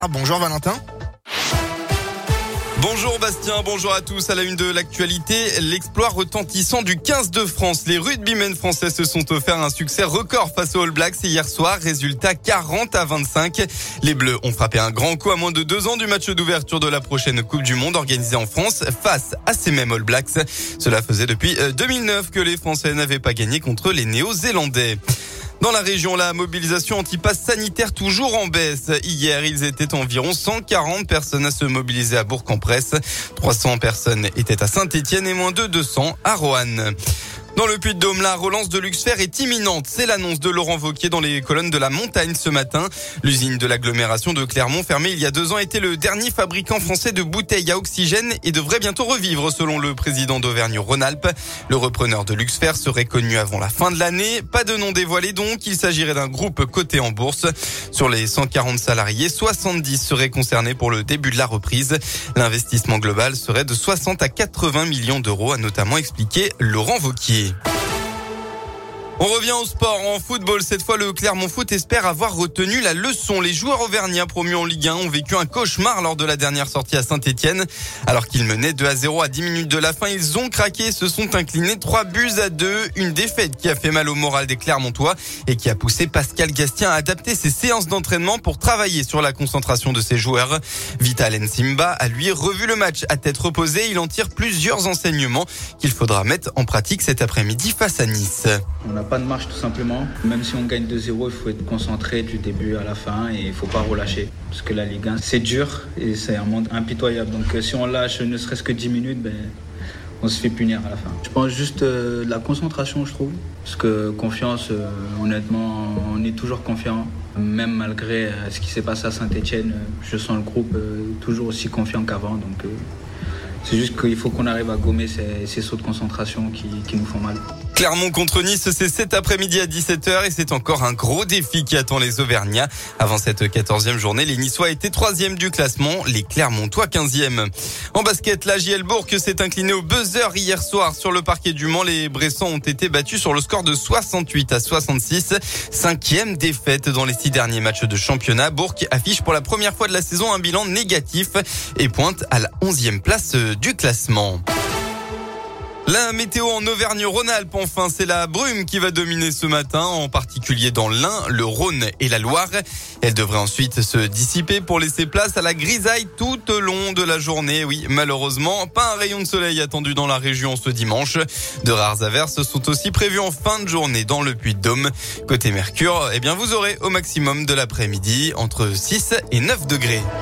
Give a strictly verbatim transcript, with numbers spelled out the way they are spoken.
Ah, bonjour Valentin. Bonjour Bastien, bonjour à tous. À la une de l'actualité, l'exploit retentissant du quinze de France. Les rugbymen français se sont offerts un succès record face aux All Blacks hier soir. Résultat quarante à vingt-cinq. Les Bleus ont frappé un grand coup à moins de deux ans du match d'ouverture de la prochaine Coupe du Monde organisée en France face à ces mêmes All Blacks. Cela faisait depuis deux mille neuf que les Français n'avaient pas gagné contre les Néo-Zélandais. Dans la région, la mobilisation anti-pass sanitaire toujours en baisse. Hier, ils étaient environ cent quarante personnes à se mobiliser à Bourg-en-Bresse. trois cents personnes étaient à Saint-Étienne et moins de deux cents à Roanne. Dans le Puy-de-Dôme, la relance de Luxfer est imminente. C'est l'annonce de Laurent Wauquiez dans les colonnes de la montagne ce matin. L'usine de l'agglomération de Clermont, fermée il y a deux ans, était le dernier fabricant français de bouteilles à oxygène et devrait bientôt revivre, selon le président d'Auvergne-Rhône-Alpes. Le repreneur de Luxfer serait connu avant la fin de l'année. Pas de nom dévoilé donc. Il s'agirait d'un groupe coté en bourse. Sur les cent quarante salariés, soixante-dix seraient concernés pour le début de la reprise. L'investissement global serait de soixante à quatre-vingts millions d'euros, a notamment expliqué Laurent Wauquiez. On revient au sport. En football, cette fois, le Clermont Foot espère avoir retenu la leçon. Les joueurs auvergnats promus en Ligue un ont vécu un cauchemar lors de la dernière sortie à Saint-Étienne. Alors qu'ils menaient deux à zéro à dix minutes de la fin, ils ont craqué et se sont inclinés trois buts à deux. Une défaite qui a fait mal au moral des Clermontois et qui a poussé Pascal Gastien à adapter ses séances d'entraînement pour travailler sur la concentration de ses joueurs. Vital Nsimba a lui revu le match à tête reposée. Il en tire plusieurs enseignements qu'il faudra mettre en pratique cet après-midi face à Nice. On n'a pas de marche tout simplement. Même si on gagne deux zéro, il faut être concentré du début à la fin et il ne faut pas relâcher. Parce que la Ligue un, c'est dur et c'est un monde impitoyable. Donc si on lâche ne serait-ce que dix minutes, ben, on se fait punir à la fin. Je pense juste euh, la concentration, je trouve. Parce que confiance, euh, honnêtement, on est toujours confiant. Même malgré euh, ce qui s'est passé à Saint-Étienne, euh, je sens le groupe euh, toujours aussi confiant qu'avant. Donc euh, c'est juste qu'il faut qu'on arrive à gommer ces, ces sauts de concentration qui, qui nous font mal. Clermont contre Nice, c'est cet après-midi à dix-sept heures et c'est encore un gros défi qui attend les Auvergnats. Avant cette quatorzième journée, les Niçois étaient troisième du classement, les Clermontois quinzième. En basket, la J L Bourg s'est inclinée au buzzer hier soir sur le parquet du Mans. Les Bressans ont été battus sur le score de soixante-huit à soixante-six. Cinquième défaite dans les six derniers matchs de championnat. Bourg affiche pour la première fois de la saison un bilan négatif et pointe à la onzième place du classement. La météo en Auvergne-Rhône-Alpes, enfin, c'est la brume qui va dominer ce matin, en particulier dans l'Ain, le Rhône et la Loire. Elle devrait ensuite se dissiper pour laisser place à la grisaille tout au long de la journée. Oui, malheureusement, pas un rayon de soleil attendu dans la région ce dimanche. De rares averses sont aussi prévues en fin de journée dans le Puy-de-Dôme. Côté Mercure, eh bien, vous aurez au maximum de l'après-midi entre six et neuf degrés.